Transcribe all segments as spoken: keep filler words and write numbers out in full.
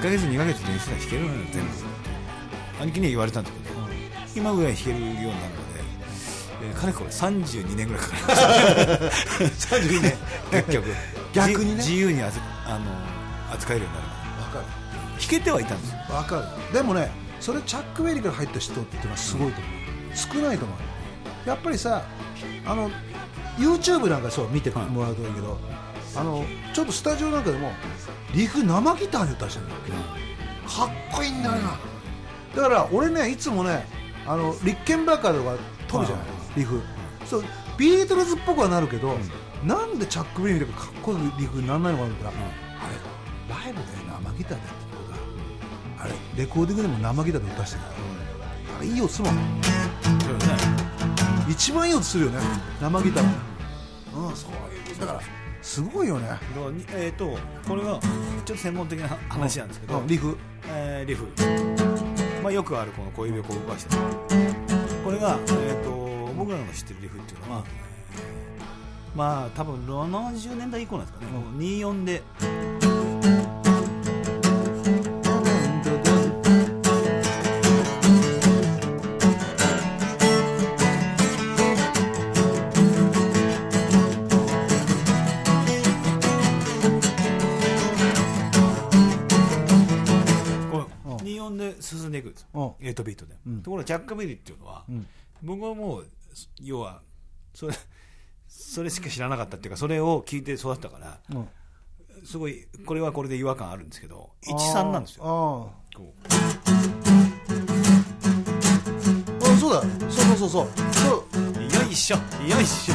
かげつにかげつで練習弾けるのよ全部兄貴には言われたんだけど、うん、今ぐらい弾けるようになるので、えー、かれこれさんじゅうにねんぐらいかかりましたさんじゅうにねん結局逆にね自由にあずあの扱えるようになる分かる弾けてはいたんですよ分かるでもねそれチャックベリーから入った人っていうのはすごいと思う、うん、少ないと思うやっぱりさあの YouTube なんかそう見てもらうといいけど、はい、あのちょっとスタジオなんかでもリフ生ギターで歌ってるの、うん、かっこいいんだよな、うん、だから俺ねいつもねあのリッケンバッカーとか取るじゃない、はい、リフ、うん、そうビートルズっぽくはなるけど、うん、なんでチャックベリーみたいなかっこいいリフにならないのかなって言ったら、うん、あれライブで生ギターでやってることだあれレコーディングでも生ギターで歌してるから、うん、あれいい音するもん、うん、一番いい音するよね生ギターは、うん、そういうだからすごいよね。 えーとこれがちょっと専門的な話なんですけど、 うん、リフ、 えー、リフ、まあ、よくあるこの小指をこう動かしてるこれが、えーと僕らの知ってるリフっていうのは、えー、まあ多分ななじゅうねんだい以降なんですかね、うん、にじゅうよんで進んでいくんですよエイトビートで、うん、ところがジャックベリーっていうのは、うん、僕はもう要はそれ、それしか知らなかったっていうかそれを聞いて育ったから、うん、すごいこれはこれで違和感あるんですけどいちさんなんですよ。あこうあそうだそうそうそうそうよいしょよいしょ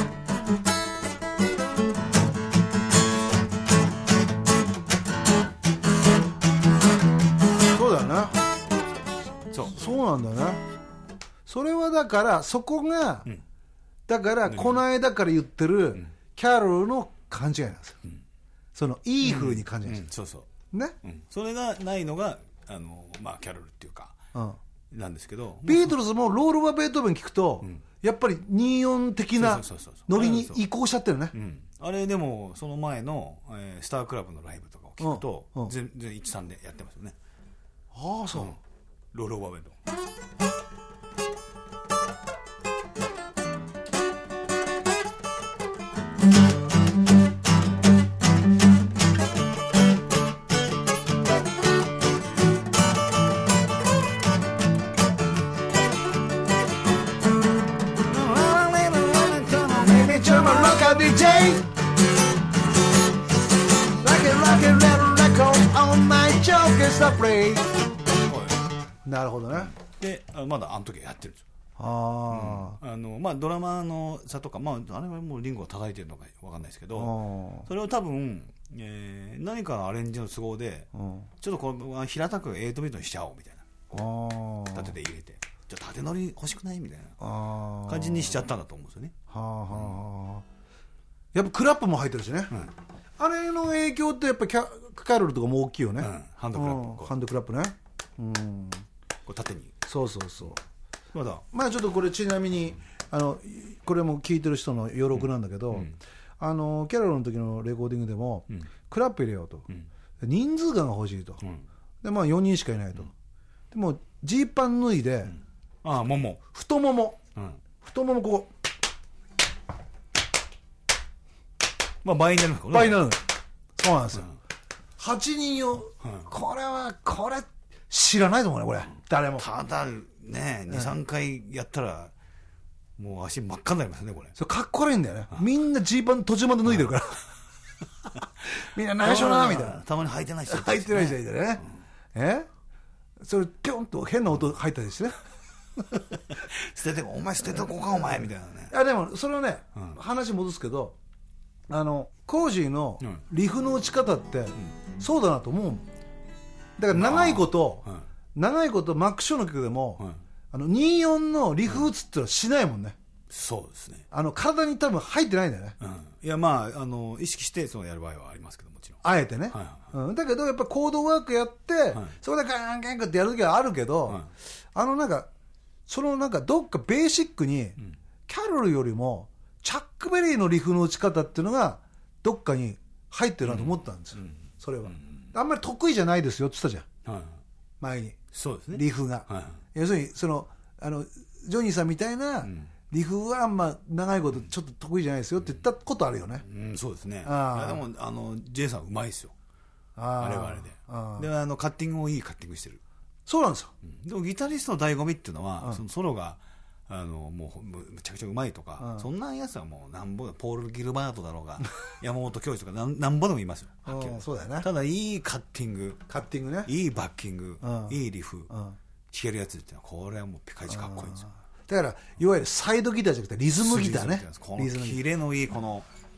そうなんだね。それはだからそこが、うん、だからこの間から言ってる、うん、キャロルの勘違いなんですよ、うん、そのいい風に勘違いしてる、 うんうん、そうそうね、 うん、それがないのがあの、まあ、キャロルっていうか、うん、なんですけどビートルズもロール・オブ・ベートーベン聞くと、うん、やっぱりにじゅうよん的なノリに移行しちゃってるね、 うん、あれでもその前の、えー、スタークラブのライブとかを聞くと、うんうん、全然いちさんでやってますよね。 ああそう、うんロールオーバーベンドなるほどね。 でまだあの時やってるんですよ。 あ、 うん、あのまあドラマの差とか、まあ、あれはもうリンゴを叩いてるのか分かんないですけどそれを多分、えー、何かのアレンジの都合でちょっとこれ平たくエイトビートにしちゃおうみたいな縦で入れてじゃあ縦乗り欲しくないみたいな感じにしちゃったんだと思うんですよね。 はあはあ、うん、やっぱクラップも入ってるしね、うん、あれの影響ってやっぱキャカロルとかも大きいよね、うん、 ハンドクラップハンドクラップね、うん、 こう縦にそうそうそうまだまあちょっとこれちなみにあのこれも聞いてる人の余録なんだけど、うん、あのキャロルの時のレコーディングでも、うん、クラップ入れようと、うん、人数感が欲しいと、うん、でまあよにんしかいないと、うん、でもジーパン脱いで、うん、 ああもも太もも、うん、太ももこうまあ倍になるんですかね。 倍になるそうなんですよ、うん、はちにん用、うん、これはこれ知らないと思うねこれ、うん、誰もただね にさんかいやったらもう足真っ赤になりますねこれ。 それかっこ悪いんだよね、うん、みんなジーパン途中まで脱いでるからみんな内緒なみたいなたまに履いてない人履いてない人いてね、うん、えそれピョンと変な音入ったりしてね捨ててお前捨てとこうかお前みたいなね。 いやでもそれはね、うん、話戻すけどあのコージーのリフの打ち方って、うん、そうだなと思う。だから長いこと、うん、長いことマックショーの曲でも、うん、あのにじゅうよんのリフ打つってのはしないもんね、うん、 そうですね。 あの体に多分入ってないんだよね、 うん、いやまああの意識してそのやる場合はありますけどもちろんあえてね、はいはいはい、うん、だけどやっぱコードワークやって、はい、そこでガンガンガンってやるときはあるけど、はい、あのなんかそのなんかどっかベーシックに、うん、キャロルよりもチャックベリーのリフの打ち方っていうのがどっかに入ってるなと思ったんですよ、うん、それは、うん、 あんまり得意じゃないですよって言ったじゃん、 はい、 前に。 そうですね、 リフが、はい、要するにそのあのジョニーさんみたいなリフはあんま長いことちょっと得意じゃないですよって言ったことあるよね、 うんうん、そうですね。あでもあの J さんうまいですよ、あれはあれで、あであのカッティングもいいカッティングしてる。 そうなんですよ、 うん、でもギタリストの醍醐味っていうのは、うん、そのソロがあのもうむちゃくちゃうまいとか、うん、そんなやつはもうなんぼポール・ギルバートだろうが山本恭一とかなんなんぼでもいますよ、はっきり。 そうだよね。 ただいいカッティング、 カッティングね、 いいバッキング、 うん、 いいリフ、うん、弾けるやつっていうのはこれはもうピカイチかっこいいんですよ。 だからいわゆるサイドギターじゃなくてリズムギターね。 このキレのいいこの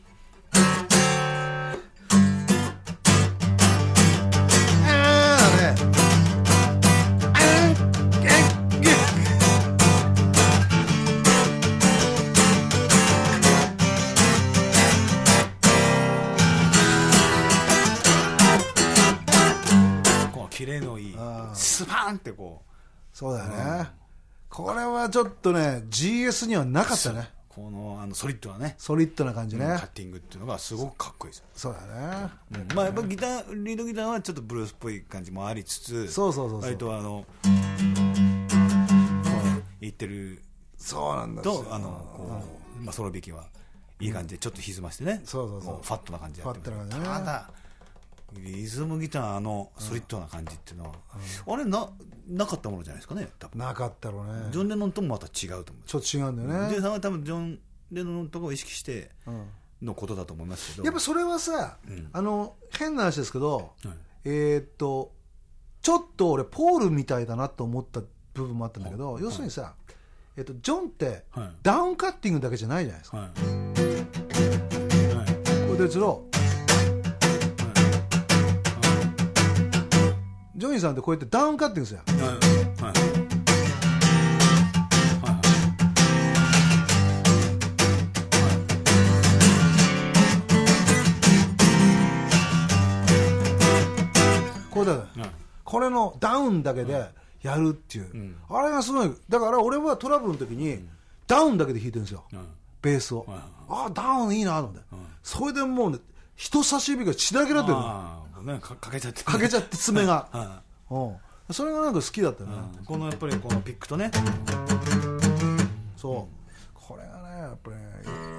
キレのいいスパーンってこう。 そうだよね、うん、これはちょっとね ジーエス にはなかったね。 このあのソリッドなね、 ソリッドな感じね、うん、 カッティングっていうのがすごくかっこいいですよ。 そうだね、 うん、まあやっぱギターリードギターはちょっとブルースっぽい感じもありつつ、 そうそうそうそう、 割とあの言ってるそうなんだとあのこう、まあ、ソロ弾きはいい感じでちょっと歪ましてね、 そうそうそう、 ファットな感じでやってる、 ね、 ただリズムギターのソリッドな感じっていうのは、うん、あれ な, なかったものじゃないですかね。多分なかったろうね。 ジョン・レノンともまた違うと思う。 ちょっと違うんだよね。 ジェイさんは多分ジョン・レノンのところを意識してのことだと思いますけど、 やっぱそれはさ、うん、あの変な話ですけど、はい、えー、っとちょっと俺ポールみたいだなと思った部分もあったんだけど、はい、要するにさ、はい、えー、っとジョンって、はい、ダウンカッティングだけじゃないじゃないですか、はいはい、これでつろジョニーさんってこうやってダウンカッティングですよ、はいはいこれだ、はい、これのダウンだけでやるっていう、うん、あれがすごい。だから俺はトラブルの時に、うん、ダウンだけで弾いてるんですよ、うん、ベースを、はい、ああダウンいいなと思って、うん、それでもう、ね、人差し指が血だらけになってるの。 ね、か, かけちゃってかけちゃって爪が、はい、うん、それがなんか好きだったね、 うん、このやっぱりこのピックとね、 そう、うん、これがねやっぱりね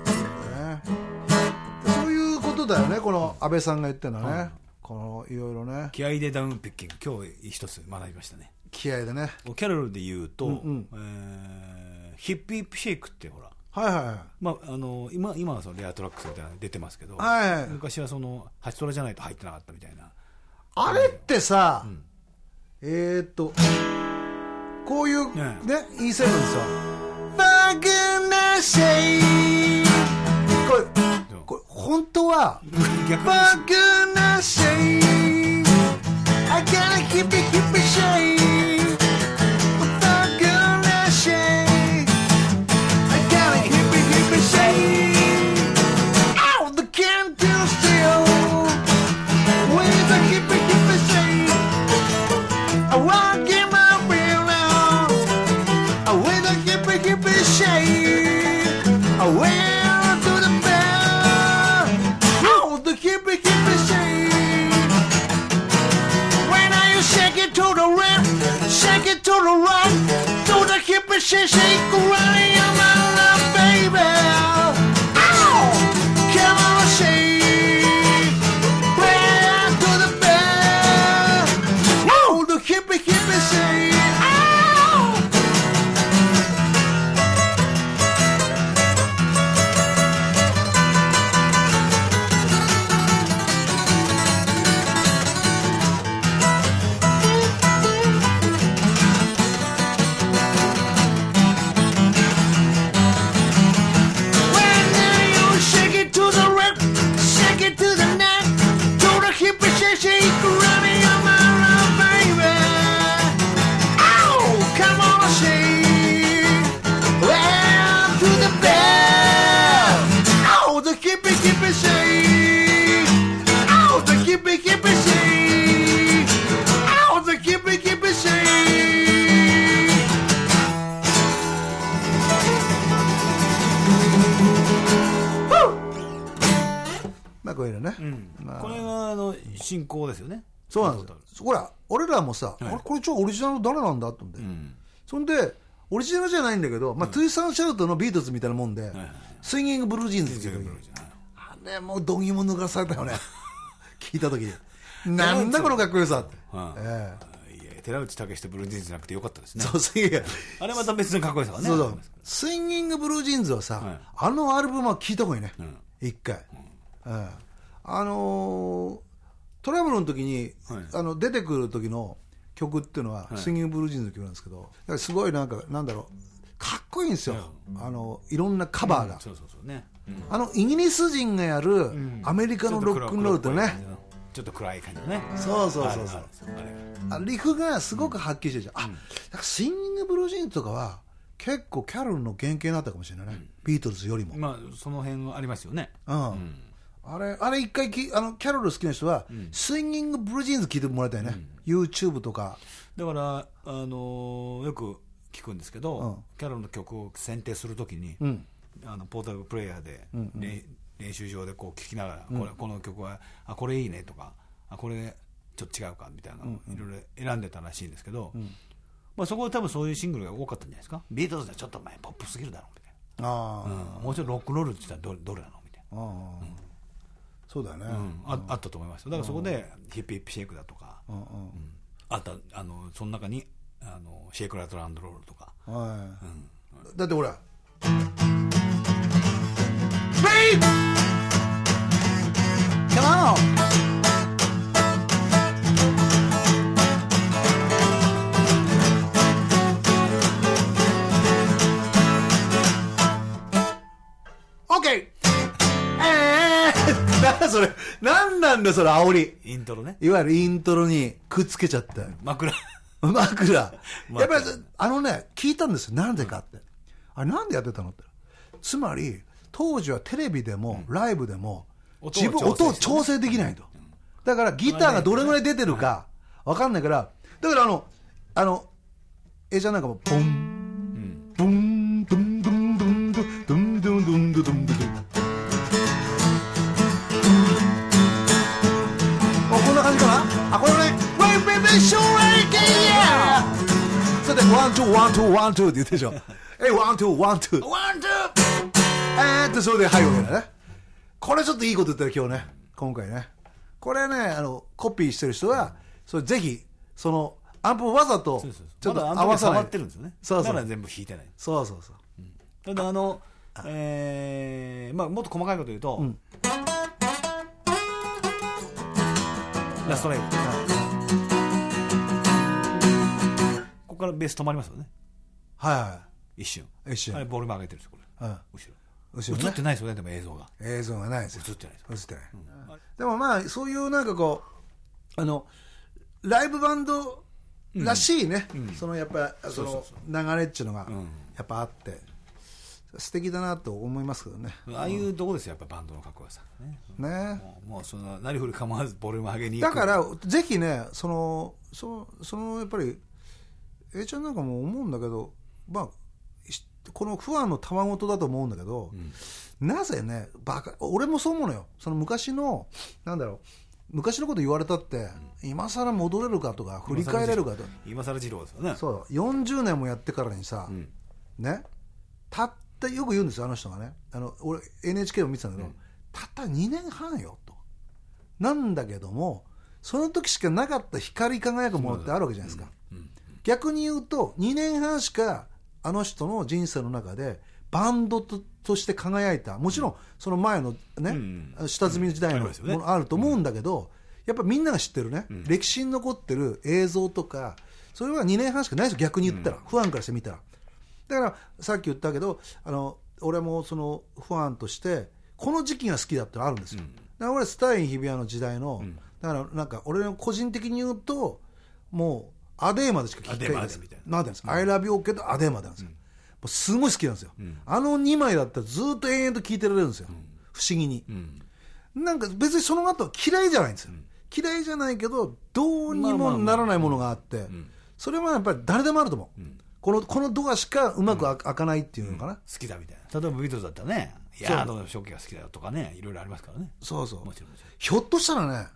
そういうことだよね。この安倍さんが言ってるのはね、うん、このいろいろね気合でダウンピッキング今日一つ学びましたね。 気合でね。 キャロルで言うと、うんうん、えー、ヒップヒップシェイクってほら、 はいはいはい、 まあ、あの 今, 今はそのレアトラックスみたいなの出てますけど、 はいはい、 昔はそのはちトラじゃないと入ってなかったみたいな。 あれってさ、うん、えー、っとこういうね、ね イーセブン ですよ。バグナシェイこれこれ本当はバグナシェイ I gotta keep it keep it shadeバグナシェイOut the can do still with a keep it keep it shade I walk in my real now with a keep it keep it shade I wear to the bell out the keep it keep it shade when I shake it to the left shake it to the right to the keep it shake shake around your love baby 進行ですよね。 そうなんですよ。ほら俺らもさ、はい、あれこれ超オリジナル誰なんだと思って、うん、そんでオリジナルじゃないんだけど、まあ、うん、トゥイサンシャウトのビートルズみたいなもんで、はいはい、スインギングブルージーンズっていう時、あれもうどぎも抜かされたよね聞いた時になんだこのかっこよさって、はあえー、いや寺内武とブルージーンズじゃなくてよかったですね。 そうスインギングあれまた別のかっこよさがね。 そうそうスインギングブルージーンズはさ、はい、あのアルバムは聞いた方がいいね、一、うん、回、うんうん、あのー、トラブルの時に、はい、あの出てくる時の曲っていうのは、はい、スインギングブルージーンズの曲なんですけど、だからすごいなんかなんだろうかっこいいんですよ、うん、あのいろんなカバーが、うん、そうそうそうね、うん、あのイギリス人がやるアメリカのロックンロールってね、 ちょっと暗い感じのね、 そうそうそうそう、あリフがすごくはっきりしてるじゃん、うん、あだからスインギングブルージーンズとかは結構キャロルの原型になったかもしれないね、うん、ビートルズよりも、 まあその辺ありますよね、 うん、うん、あれあれ一回きあのキャロル好きな人は、うん、スインギングブルージーンズ聞いてもらいたいね、うん、YouTube とかだから、あのー、よく聞くんですけど、うん、キャロルの曲を選定するときに、うん、あのポータブルプレイヤーで、うんうん、練習場でこう聴きながら、うん、これこの曲はあこれいいねとかあこれちょっと違うかみたいなのをいろいろ選んでたらしいんですけど、うんまあ、そこで多分そういうシングルが多かったんじゃないですか。ビートルズはちょっと前ポップすぎるだろうみたいな、あ、うん、もうちょっとロックンロールって言ったら ど, どれなのみたいな、あ、うん、 そうだよね、 うん、あ, あったと思いますよ。だからそこでヒップヒップシェイクだとか、うんうん、あったあのその中にあのシェイクラットランドロールとか、はいうん、だってほらCome on! OK! えー、なんだそれなんなんだそれ煽りイントロね、 いわゆるイントロにくっつけちゃって枕枕やっぱりあのね聞いたんですよなんでかって、あれなんでやってたのって、つまり当時はテレビでもライブでも自分音を調整できないと、だからギターがどれぐらい出てるか分かんないから、だからあのあのえじゃなんかもうポンポンドゥンドゥンドゥンドゥンドゥンドゥンドゥンドゥンドゥンドゥン、こんな感じかなあ、これねそれでワンツーワンツーワンツーって言ってるでしょえワンツーワンツーワンツーえーってそれで入るわけだね。これちょっといいこと言ったら今日ね今回ねこれねあのコピーしてる人はそれぜひそのアンプをわざとちょっと合わさない、ま、ってるんですよね。そうそうだから全部弾いてない。そうそうそう、うん、 ただあのあ、えーまあ、もっと細かいこと言うと、うん、ラストライブ、ここからベース止まりますよね。 はいはい、 一瞬一瞬あれボリューム上げてるんですよこれ、はい、後ろ後ろ、 ね、映ってないですよね。でも映像が映像がないですよ。 映ってないです映ってない、うん、でもまあそういうなんかこうあのライブバンドらしいね、うん、そのやっぱりその流れっちゅうのがやっぱあって素敵だなと思いますけどね。 ああいうとこですよやっぱバンドのかっこよさね。ねもう、もうそのなりふり構わずボリューム上げに行く。 だからぜひねそのそそのやっぱり A ちゃんなんかも思うんだけど、まあこの不安のたまごとだと思うんだけど、うん、なぜねバカ俺もそう思うのよ。その昔のなんだろう昔のこと言われたって、うん、今更戻れるかとか振り返れるかとか今更二郎ですよね。 そうよんじゅうねんもやってからにさ、うん、ねたったよく言うんですよあの人がね。あの俺 エヌエイチケー を見てたんだけど、うん、たったにねんはんよとなんだけどもその時しかなかった光り輝くものってあるわけじゃないですか、うんうん、逆に言うとにねんはんしかあの人の人生の中でバンド と, として輝いたもちろんその前のね、うんうん、下積み時代のものあると思うんだけど、うん、やっぱみんなが知ってるね、うん、歴史に残ってる映像とかそれはにねんはんしかないですよ逆に言ったら、うん、ファンからしてみたら。だからさっき言ったけどあの俺もそのファンとしてこの時期が好きだってのあるんですよ、うん、だから俺スタイン日比谷の時代の、うん、だからなんか俺の個人的に言うともうアデーマでしか聞きたいんですよ。なんでですか、うん、I love you OK とアデーマなんですよ、うん、もうすごい好きなんですよ、うん、あのにまいだったらずっと延々と聞いてられるんですよ、うん、不思議に、うん、なんか別にその後は嫌いじゃないんですよ、うん、嫌いじゃないけどどうにもならないものがあって、まあまあまあ、それはやっぱり誰でもあると思う、うん、この、このドアしかうまく開かないっていうのかな、うん、 好きだみたいな。例えばビートルズだったらねヤードの初期が好きだよとかねいろいろありますからね。 そうそうもちろんもちろんひょっとしたらね、うん、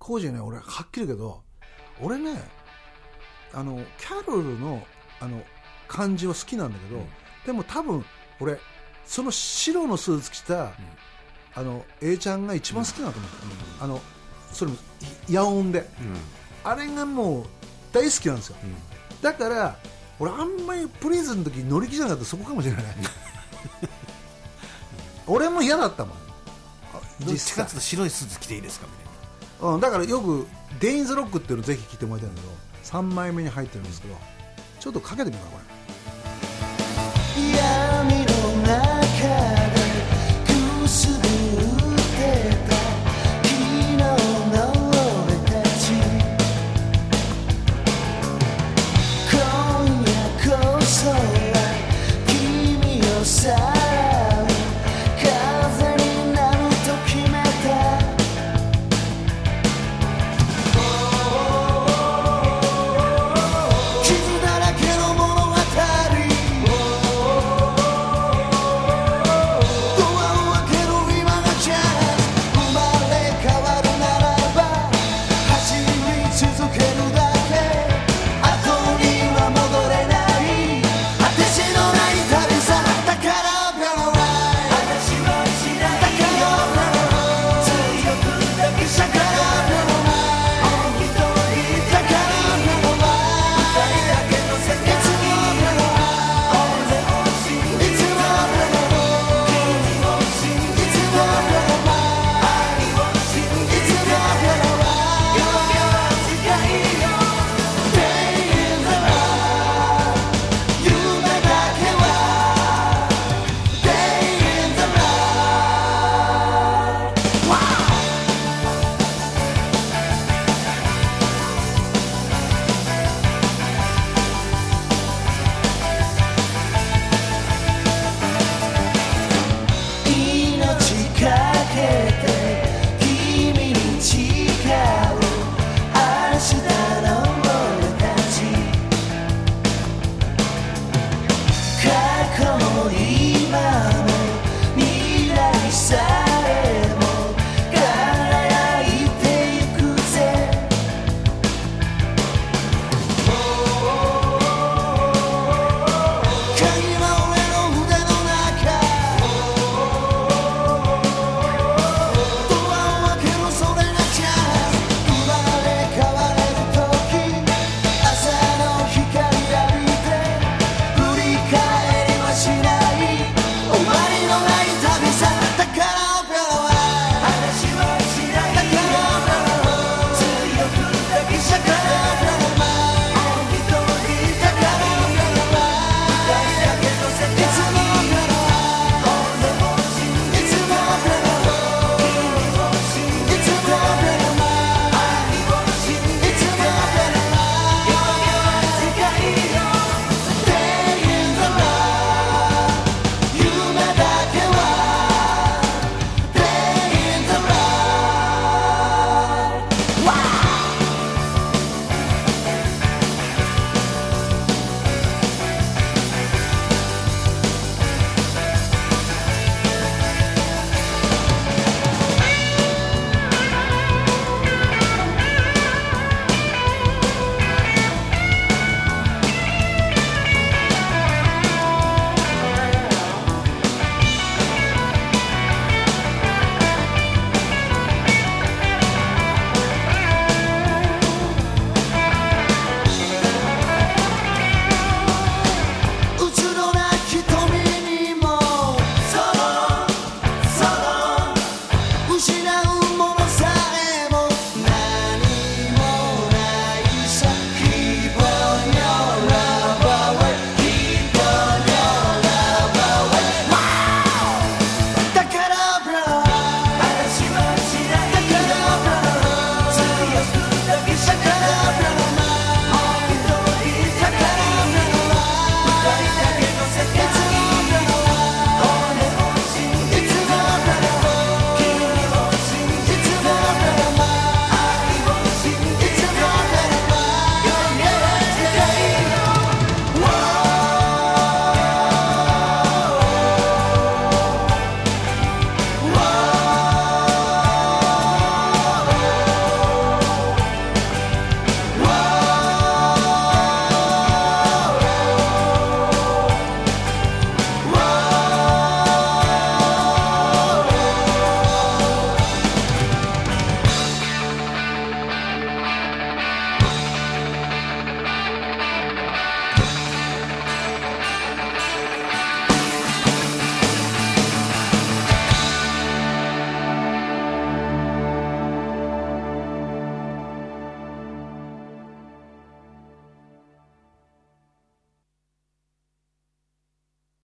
コージーね、俺はっきり言うけど、俺ねあのキャロルのあの感じは好きなんだけど、うん、でも多分俺その白のスーツ着た、うん、あの A ちゃんが一番好きだなと思った、うん、あのそれも野音で、うん、あれがもう大好きなんですよ、うん、だから俺あんまりプリズンの時乗り気じゃなかったそこかもしれない俺も嫌だったもん。 どっちかっていうと白いスーツ着ていいですかみたいな、うん、だからよくデインズロックっていうのをぜひ聴いてもらいたいんだけどさんまいめに入ってるんですけど、ちょっとかけてみようかこれ。闇の中